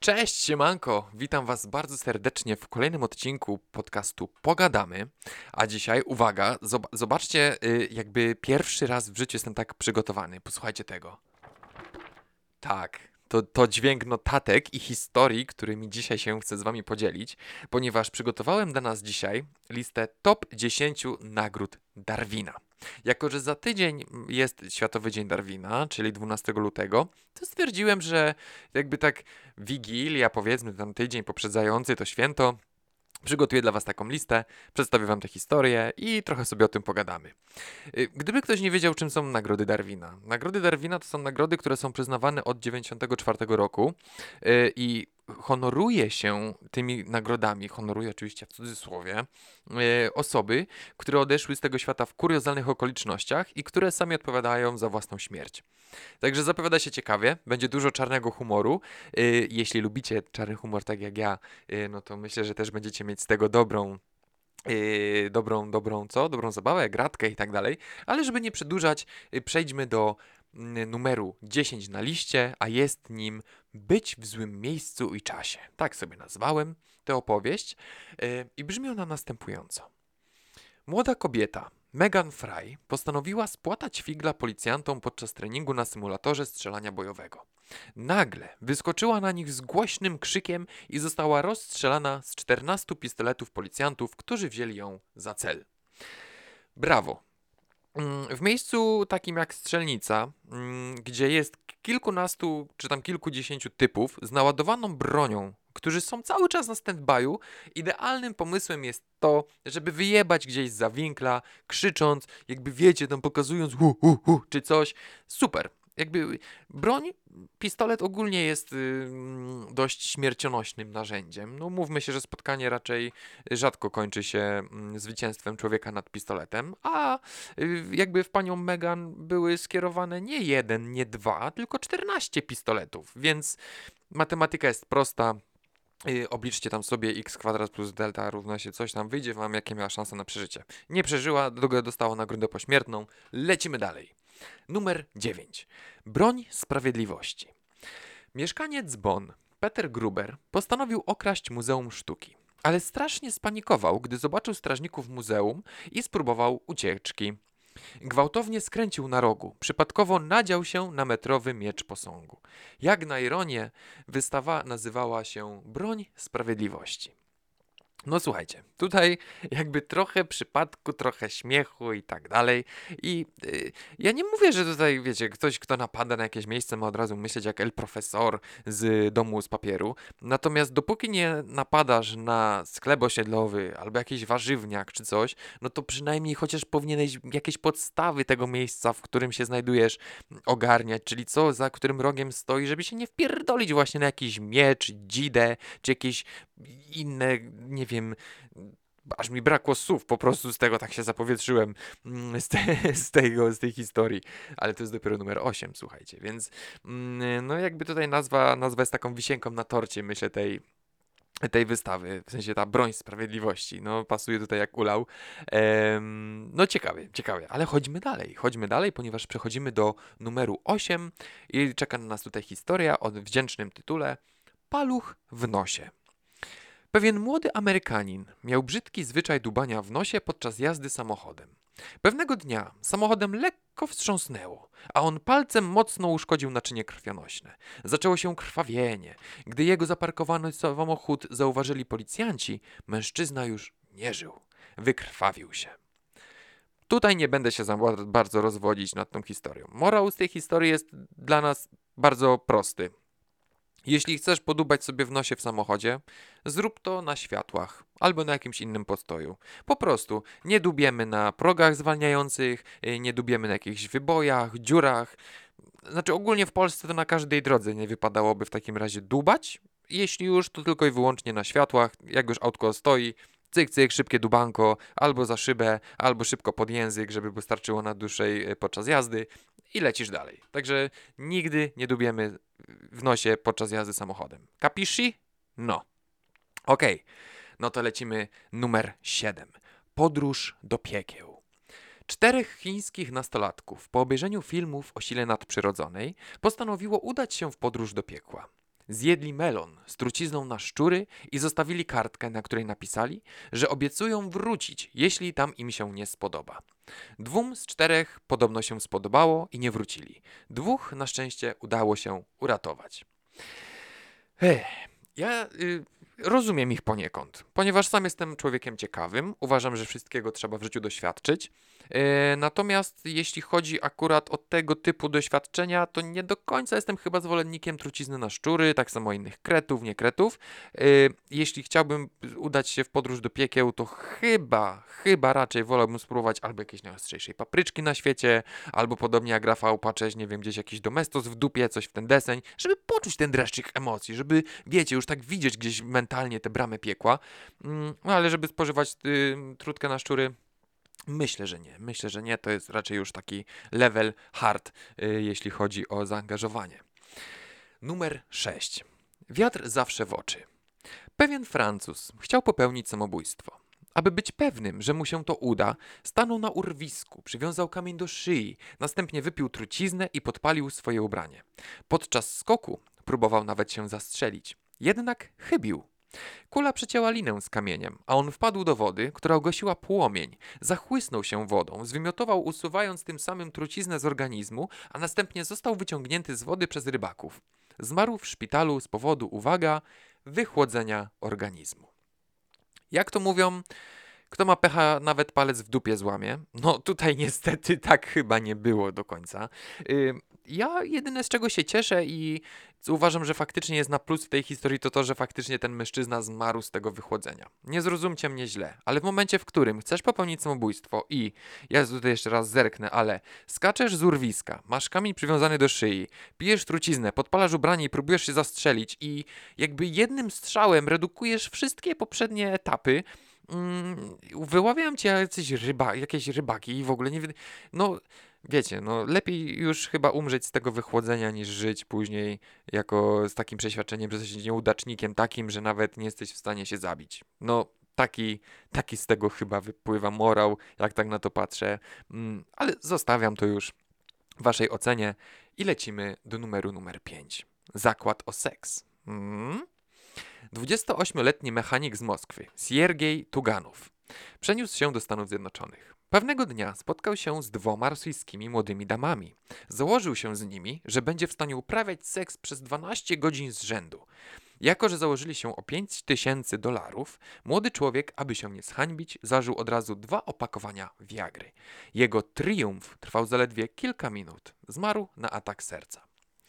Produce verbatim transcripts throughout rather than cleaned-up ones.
Cześć, siemanko! Witam was bardzo serdecznie w kolejnym odcinku podcastu Pogadamy. A dzisiaj, uwaga, zob- zobaczcie, y, jakby pierwszy raz w życiu jestem tak przygotowany. Posłuchajcie tego. Tak, to, to dźwięk notatek i historii, którymi dzisiaj się chcę z wami podzielić, ponieważ przygotowałem dla nas dzisiaj listę top dziesięć nagród Darwina. Jako że za tydzień jest Światowy Dzień Darwina, czyli dwunastego lutego, to stwierdziłem, że jakby tak Wigilia, powiedzmy tam tydzień poprzedzający to święto, przygotuję dla was taką listę, przedstawię wam te historie i trochę sobie o tym pogadamy. Y, Gdyby ktoś nie wiedział, czym są nagrody Darwina. Nagrody Darwina to są nagrody, które są przyznawane od dziewięćdziesiątego czwartego roku y, i honoruje się tymi nagrodami, honoruje oczywiście w cudzysłowie, y, osoby, które odeszły z tego świata w kuriozalnych okolicznościach i które sami odpowiadają za własną śmierć. Także zapowiada się ciekawie, będzie dużo czarnego humoru. Y, Jeśli lubicie czarny humor tak jak ja, y, no to myślę, że też będziecie mieć z tego dobrą Yy, dobrą, dobrą, co? Dobrą zabawę, gratkę i tak dalej. Ale żeby nie przedłużać, yy, przejdźmy do mm, numeru dziesięć na liście, a jest nim Być w złym miejscu i czasie. Tak sobie nazwałem tę opowieść yy, i brzmi ona następująco. Młoda kobieta, Megan Fry, postanowiła spłatać figla policjantom podczas treningu na symulatorze strzelania bojowego. Nagle wyskoczyła na nich z głośnym krzykiem i została rozstrzelana z czternastu pistoletów policjantów, którzy wzięli ją za cel. Brawo! Mm, W miejscu takim jak strzelnica, mm, gdzie jest kilkunastu czy tam kilkudziesięciu typów z naładowaną bronią, którzy są cały czas na stand-by'u, idealnym pomysłem jest to, żeby wyjebać gdzieś za winkla, krzycząc, jakby wiecie, tam pokazując hu, hu, hu, czy coś. Super. Jakby broń, pistolet ogólnie jest y, dość śmiercionośnym narzędziem. No mówmy się, że spotkanie raczej rzadko kończy się mm, zwycięstwem człowieka nad pistoletem, a y, jakby w panią Megan były skierowane nie jeden, nie dwa, tylko czternaście pistoletów, więc matematyka jest prosta. Y, Obliczcie tam sobie x kwadrat plus delta równa się coś tam, wyjdzie wam jakie miała szanse na przeżycie. Nie przeżyła, dlatego dostała nagrodę pośmiertną. Lecimy dalej. Numer dziewięć. Broń sprawiedliwości. Mieszkaniec Bonn, Peter Gruber, postanowił okraść Muzeum Sztuki. Ale strasznie spanikował, gdy zobaczył strażników muzeum i spróbował ucieczki. Gwałtownie skręcił na rogu, przypadkowo nadział się na metrowy miecz posągu. Jak na ironię, wystawa nazywała się Broń Sprawiedliwości. No słuchajcie, tutaj jakby trochę przypadku, trochę śmiechu i tak dalej. I y, ja nie mówię, że tutaj, wiecie, ktoś, kto napada na jakieś miejsce, ma od razu myśleć jak El Profesor z Domu z Papieru. Natomiast dopóki nie napadasz na sklep osiedlowy albo jakiś warzywniak czy coś, no to przynajmniej chociaż powinieneś jakieś podstawy tego miejsca, w którym się znajdujesz, ogarniać, czyli co za którym rogiem stoi, żeby się nie wpierdolić właśnie na jakiś miecz, dzidę, czy jakieś inne, nie wiem, aż mi brakło słów, po prostu z tego tak się zapowietrzyłem mm, z, te, z, tego, z tej historii, ale to jest dopiero numer osiem, słuchajcie, więc mm, no jakby tutaj nazwa, nazwa jest taką wisienką na torcie, myślę, tej tej wystawy, w sensie ta broń sprawiedliwości, no pasuje tutaj jak ulał. Em, no ciekawie, ciekawie, ale chodźmy dalej, chodźmy dalej, ponieważ przechodzimy do numeru osiem i czeka na nas tutaj historia o wdzięcznym tytule Paluch w nosie. Pewien młody Amerykanin miał brzydki zwyczaj dubania w nosie podczas jazdy samochodem. Pewnego dnia samochodem lekko wstrząsnęło, a on palcem mocno uszkodził naczynie krwionośne. Zaczęło się krwawienie. Gdy jego zaparkowany samochód zauważyli policjanci, mężczyzna już nie żył. Wykrwawił się. Tutaj nie będę się za bardzo rozwodzić nad tą historią. Morał z tej historii jest dla nas bardzo prosty. Jeśli chcesz podubać sobie w nosie w samochodzie, zrób to na światłach albo na jakimś innym postoju. Po prostu nie dubiemy na progach zwalniających, y, nie dubiemy na jakichś wybojach, dziurach. Znaczy ogólnie w Polsce to na każdej drodze nie wypadałoby w takim razie dubać. Jeśli już, to tylko i wyłącznie na światłach, jak już autko stoi, cyk, cyk, szybkie dubanko, albo za szybę, albo szybko pod język, żeby wystarczyło na dłuższej y, podczas jazdy i lecisz dalej. Także nigdy nie dubiemy w nosie podczas jazdy samochodem. Kapishi? No. Okej, no to lecimy numer siedem. Podróż do piekieł. Czterech chińskich nastolatków po obejrzeniu filmów o sile nadprzyrodzonej postanowiło udać się w podróż do piekła. Zjedli melon z trucizną na szczury i zostawili kartkę, na której napisali, że obiecują wrócić, jeśli tam im się nie spodoba. Dwóm z czterech podobno się spodobało i nie wrócili. Dwóch na szczęście udało się uratować. Ech, ja y, rozumiem ich poniekąd, ponieważ sam jestem człowiekiem ciekawym, uważam, że wszystkiego trzeba w życiu doświadczyć. E, natomiast jeśli chodzi akurat o tego typu doświadczenia, to nie do końca jestem chyba zwolennikiem trucizny na szczury, tak samo innych kretów, nie kretów. E, jeśli chciałbym udać się w podróż do piekieł, to chyba, chyba raczej wolałbym spróbować albo jakiejś najostrzejszej papryczki na świecie, albo podobnie jak Rafał patrzeć, nie wiem, gdzieś jakiś domestos w dupie, coś w ten deseń, żeby poczuć ten dreszczyk emocji, żeby, wiecie, już tak widzieć gdzieś mentalnie te bramy piekła. Mm, no ale żeby spożywać y, trutkę na szczury, myślę, że nie. Myślę, że nie. To jest raczej już taki level hard, y, jeśli chodzi o zaangażowanie. Numer sześć. Wiatr zawsze w oczy. Pewien Francuz chciał popełnić samobójstwo. Aby być pewnym, że mu się to uda, stanął na urwisku, przywiązał kamień do szyi, następnie wypił truciznę i podpalił swoje ubranie. Podczas skoku próbował nawet się zastrzelić. Jednak chybił. Kula przecięła linę z kamieniem, a on wpadł do wody, która ogłosiła płomień. Zachłysnął się wodą, zwymiotował, usuwając tym samym truciznę z organizmu, a następnie został wyciągnięty z wody przez rybaków. Zmarł w szpitalu z powodu, uwaga, wychłodzenia organizmu. Jak to mówią, kto ma pecha, nawet palec w dupie złamie. No tutaj niestety tak chyba nie było do końca. Yy, ja jedyne z czego się cieszę i co uważam, że faktycznie jest na plus w tej historii, to to, że faktycznie ten mężczyzna zmarł z tego wychłodzenia. Nie zrozumcie mnie źle, ale w momencie, w którym chcesz popełnić samobójstwo i, ja tutaj jeszcze raz zerknę, ale skaczesz z urwiska, masz kamień przywiązany do szyi, pijesz truciznę, podpalasz ubranie i próbujesz się zastrzelić i jakby jednym strzałem redukujesz wszystkie poprzednie etapy, Mm, wyławiają cię jacyś ryba, jakieś rybaki i w ogóle nie wiem. No, wiecie, no lepiej już chyba umrzeć z tego wychłodzenia niż żyć później jako z takim przeświadczeniem, że jesteś nieudacznikiem takim, że nawet nie jesteś w stanie się zabić. No, taki, taki z tego chyba wypływa morał, jak tak na to patrzę. Mm, ale zostawiam to już waszej ocenie i lecimy do numeru numer pięć. Zakład o seks. Mm? dwudziestoośmioletni mechanik z Moskwy, Siergiej Tuganow, przeniósł się do Stanów Zjednoczonych. Pewnego dnia spotkał się z dwoma rosyjskimi młodymi damami. Założył się z nimi, że będzie w stanie uprawiać seks przez dwanaście godzin z rzędu. Jako że założyli się o pięć tysięcy dolarów, młody człowiek, aby się nie zhańbić, zażył od razu dwa opakowania Viagry. Jego triumf trwał zaledwie kilka minut. Zmarł na atak serca.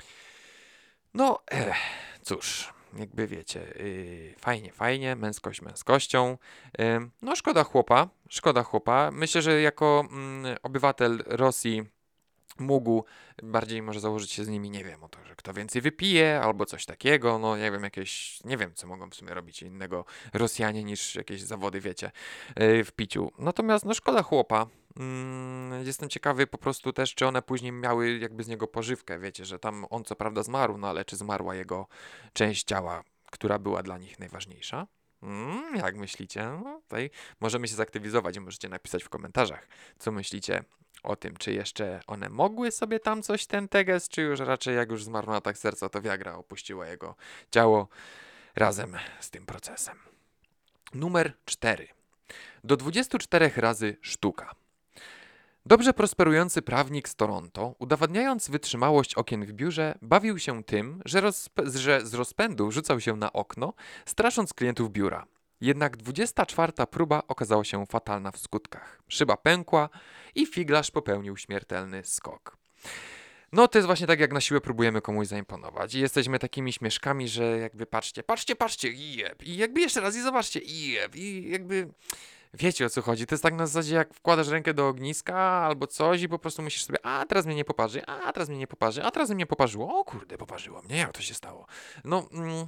No, eh, cóż, jakby wiecie, yy, fajnie, fajnie, męskość męskością. Yy, no, szkoda chłopa, szkoda chłopa. Myślę, że jako mm, obywatel Rosji mógł bardziej może założyć się z nimi, nie wiem, o to, że kto więcej wypije, albo coś takiego, no nie wiem, jakieś, nie wiem, co mogą w sumie robić innego Rosjanie niż jakieś zawody, wiecie, yy, w piciu. Natomiast, no szkoda chłopa. Mm, jestem ciekawy po prostu też, czy one później miały jakby z niego pożywkę, wiecie, że tam on co prawda zmarł, no ale czy zmarła jego część ciała, która była dla nich najważniejsza? Mm, jak myślicie? No, tutaj możemy się zaktywizować i możecie napisać w komentarzach, co myślicie o tym, czy jeszcze one mogły sobie tam coś ten teges, czy już raczej jak już zmarł na atak serca, to Viagra opuściła jego ciało razem z tym procesem. Numer cztery. Do dwudziestu czterech razy sztuka. Dobrze prosperujący prawnik z Toronto, udowadniając wytrzymałość okien w biurze, bawił się tym, że, rozp- że z rozpędu rzucał się na okno, strasząc klientów biura. Jednak dwudziesta czwarta próba okazała się fatalna w skutkach. Szyba pękła i figlarz popełnił śmiertelny skok. No to jest właśnie tak, jak na siłę próbujemy komuś zaimponować i jesteśmy takimi śmieszkami, że jakby patrzcie, patrzcie, patrzcie i jeb, i jakby jeszcze raz i zobaczcie i jeb, i jakby... Wiecie o co chodzi, to jest tak na zasadzie jak wkładasz rękę do ogniska albo coś i po prostu myślisz sobie, a teraz mnie nie poparzy, a teraz mnie nie poparzy, a teraz mnie poparzyło, o kurde, poparzyło mnie, jak to się stało? No, mm,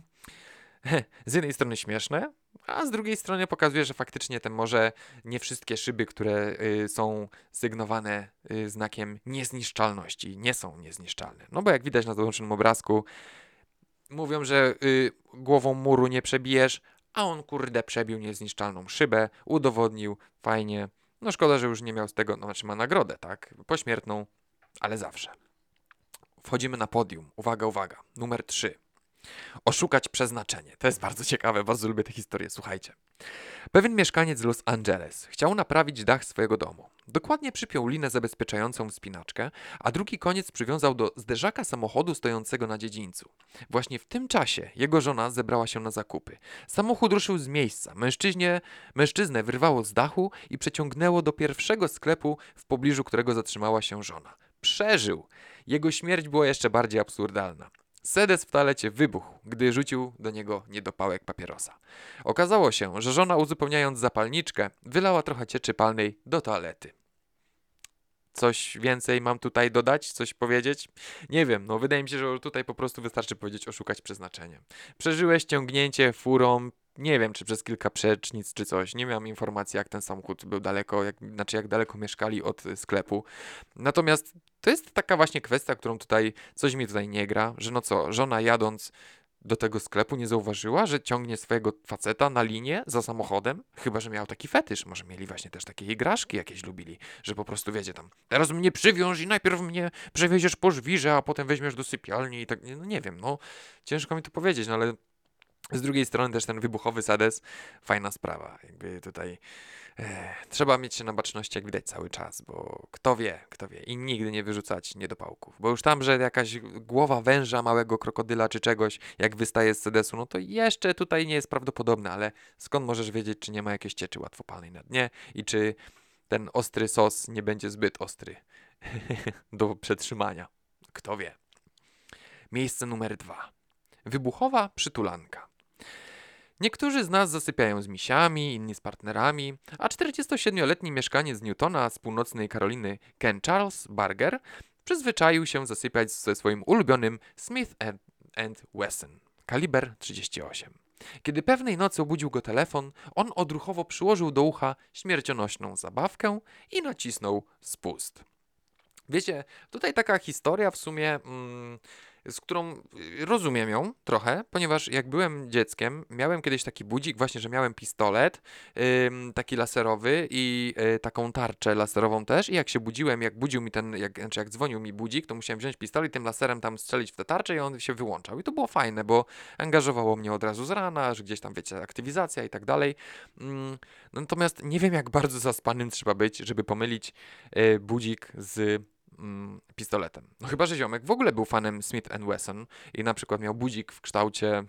z jednej strony śmieszne, a z drugiej strony pokazuje, że faktycznie te może nie wszystkie szyby, które y, są sygnowane y, znakiem niezniszczalności, nie są niezniszczalne. No bo jak widać na załączonym obrazku, mówią, że y, głową muru nie przebijesz, a on kurde przebił niezniszczalną szybę, udowodnił, fajnie. No szkoda, że już nie miał z tego, no znaczy ma nagrodę, tak? Pośmiertną, ale zawsze. Wchodzimy na podium. Uwaga, uwaga. Numer trzy. Oszukać przeznaczenie. To jest bardzo ciekawe, bardzo lubię tę historię, słuchajcie. Pewien mieszkaniec z Los Angeles chciał naprawić dach swojego domu. Dokładnie przypiął linę zabezpieczającą wspinaczkę, a drugi koniec przywiązał do zderzaka samochodu stojącego na dziedzińcu. Właśnie w tym czasie jego żona zebrała się na zakupy. Samochód ruszył z miejsca. Mężczyźnie, mężczyznę wyrwało z dachu i przeciągnęło do pierwszego sklepu, w pobliżu którego zatrzymała się żona. Przeżył! Jego śmierć była jeszcze bardziej absurdalna. Sedes w toalecie wybuchł, gdy rzucił do niego niedopałek papierosa. Okazało się, że żona, uzupełniając zapalniczkę, wylała trochę cieczy palnej do toalety. Coś więcej mam tutaj dodać? Coś powiedzieć? Nie wiem, no wydaje mi się, że tutaj po prostu wystarczy powiedzieć oszukać przeznaczenie. Przeżyłeś ciągnięcie furą, nie wiem, czy przez kilka przecznic, czy coś. Nie miałem informacji, jak ten samochód był daleko, jak, znaczy jak daleko mieszkali od y, sklepu. Natomiast to jest taka właśnie kwestia, którą tutaj, coś mi tutaj nie gra, że no co, żona jadąc do tego sklepu nie zauważyła, że ciągnie swojego faceta na linię za samochodem? Chyba że miał taki fetysz. Może mieli właśnie też takie igraszki jakieś lubili, że po prostu wiecie tam, teraz mnie przywiąż i najpierw mnie przewieziesz po żwirze, a potem weźmiesz do sypialni i tak, no nie wiem, no ciężko mi to powiedzieć, no ale z drugiej strony też ten wybuchowy Sedes, fajna sprawa, jakby tutaj e, trzeba mieć się na baczności, jak widać, cały czas, bo kto wie, kto wie i nigdy nie wyrzucać niedopałków, bo już tam, że jakaś głowa węża, małego krokodyla czy czegoś, jak wystaje z Sedesu, no to jeszcze tutaj nie jest prawdopodobne, ale skąd możesz wiedzieć, czy nie ma jakiejś cieczy łatwopalnej na dnie i czy ten ostry sos nie będzie zbyt ostry do przetrzymania, kto wie. Miejsce numer dwa. Wybuchowa przytulanka. Niektórzy z nas zasypiają z misiami, inni z partnerami, a czterdziestosiedmioletni mieszkaniec Newtona z północnej Karoliny Ken Charles Barger przyzwyczaił się zasypiać ze swoim ulubionym Smith and Wesson kaliber trzydzieści osiem. Kiedy pewnej nocy obudził go telefon, on odruchowo przyłożył do ucha śmiercionośną zabawkę i nacisnął spust. Wiecie, tutaj taka historia w sumie, mm, z którą y, rozumiem ją trochę, ponieważ jak byłem dzieckiem, miałem kiedyś taki budzik, właśnie, że miałem pistolet, ym, taki laserowy i y, taką tarczę laserową też i jak się budziłem, jak budził mi ten, jak, znaczy jak dzwonił mi budzik, to musiałem wziąć pistolet i tym laserem tam strzelić w tę tarczę i on się wyłączał. I to było fajne, bo angażowało mnie od razu z rana, że gdzieś tam, wiecie, aktywizacja i tak dalej. Ym, natomiast nie wiem, jak bardzo zaspanym trzeba być, żeby pomylić y, budzik z mm, pistoletem. No chyba, że ziomek w ogóle był fanem Smith and Wesson i na przykład miał budzik w kształcie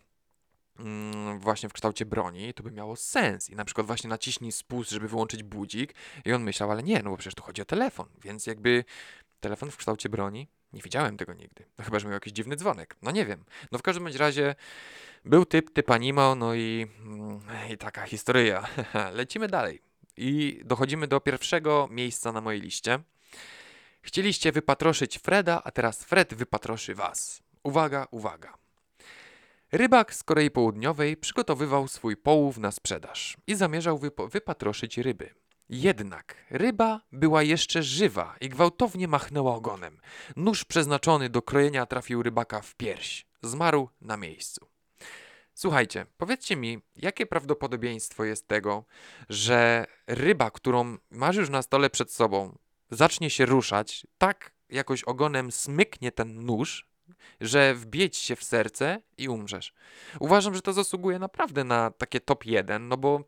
mm, właśnie w kształcie broni, to by miało sens. I na przykład właśnie naciśnij spust, żeby wyłączyć budzik i on myślał, ale nie, no bo przecież tu chodzi o telefon, więc jakby telefon w kształcie broni? Nie widziałem tego nigdy. No chyba, że miał jakiś dziwny dzwonek. No nie wiem. No w każdym bądź razie był typ, typ animo, no i, mm, i taka historia. Lecimy dalej. I dochodzimy do pierwszego miejsca na mojej liście. Chcieliście wypatroszyć Freda, a teraz Fred wypatroszy was. Uwaga, uwaga. Rybak z Korei Południowej przygotowywał swój połów na sprzedaż i zamierzał wypo- wypatroszyć ryby. Jednak ryba była jeszcze żywa i gwałtownie machnęła ogonem. Nóż przeznaczony do krojenia trafił rybaka w pierś. Zmarł na miejscu. Słuchajcie, powiedzcie mi, jakie prawdopodobieństwo jest tego, że ryba, którą masz już na stole przed sobą, zacznie się ruszać, tak jakoś ogonem smyknie ten nóż, że wbije ci się w serce i umrzesz. Uważam, że to zasługuje naprawdę na takie top jeden, no bo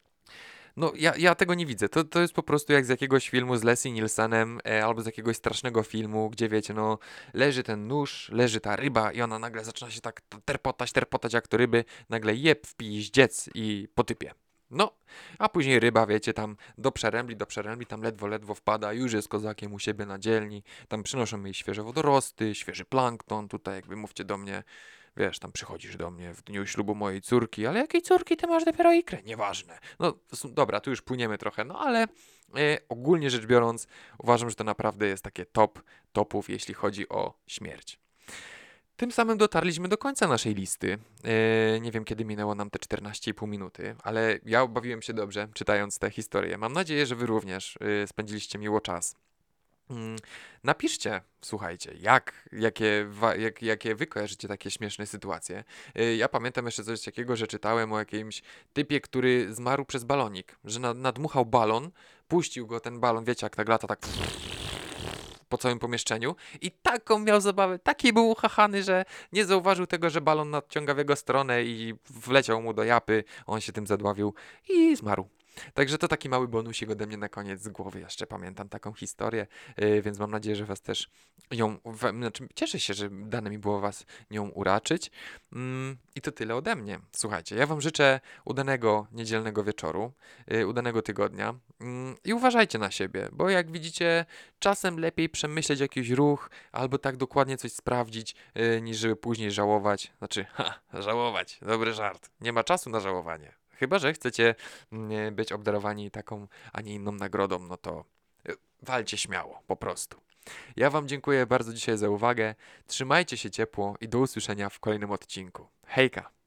no ja, ja tego nie widzę. To, to jest po prostu jak z jakiegoś filmu z Leslie Nielsenem e, albo z jakiegoś strasznego filmu, gdzie wiecie, no leży ten nóż, leży ta ryba i ona nagle zaczyna się tak terpotać, terpotać jak to ryby, nagle jeb w piździec i potypie. No, a później ryba, wiecie, tam do przerębli, do przerębli, tam ledwo, ledwo wpada, już jest kozakiem u siebie na dzielni, tam przynoszą jej świeże wodorosty, świeży plankton, tutaj jakby mówcie do mnie, wiesz, tam przychodzisz do mnie w dniu ślubu mojej córki, ale jakiej córki, ty masz dopiero ikrę? Nieważne. No dobra, tu już płyniemy trochę, no ale e, ogólnie rzecz biorąc, uważam, że to naprawdę jest takie top topów, jeśli chodzi o śmierć. Tym samym dotarliśmy do końca naszej listy. E, nie wiem, kiedy minęło nam te czternaście i pół minuty, ale ja bawiłem się dobrze, czytając tę historię. Mam nadzieję, że wy również e, spędziliście miło czas. Mm, Napiszcie, słuchajcie, jak, jakie, wa- jak, jakie wy kojarzycie takie śmieszne sytuacje. Y, Ja pamiętam jeszcze coś takiego, że czytałem o jakimś typie, który zmarł przez balonik, że na- nadmuchał balon, puścił go ten balon, wiecie jak tak lata, tak po całym pomieszczeniu i taką miał zabawę, taki był uchachany, że nie zauważył tego, że balon nadciąga w jego stronę i wleciał mu do japy, on się tym zadławił i zmarł. Także to taki mały bonusik ode mnie na koniec z głowy. Jeszcze pamiętam taką historię, yy, więc mam nadzieję, że was też ją, we, znaczy cieszę się, że dane mi było was nią uraczyć. Mm, I to tyle ode mnie. Słuchajcie, ja wam życzę udanego niedzielnego wieczoru, yy, udanego tygodnia mm, i uważajcie na siebie, bo jak widzicie, czasem lepiej przemyśleć jakiś ruch albo tak dokładnie coś sprawdzić, yy, niż żeby później żałować. Znaczy, ha, żałować, dobry żart. Nie ma czasu na żałowanie. Chyba że chcecie mm, być obdarowani taką, a nie inną nagrodą, no to y, walcie śmiało, po prostu. Ja wam dziękuję bardzo dzisiaj za uwagę. Trzymajcie się ciepło i do usłyszenia w kolejnym odcinku. Hejka!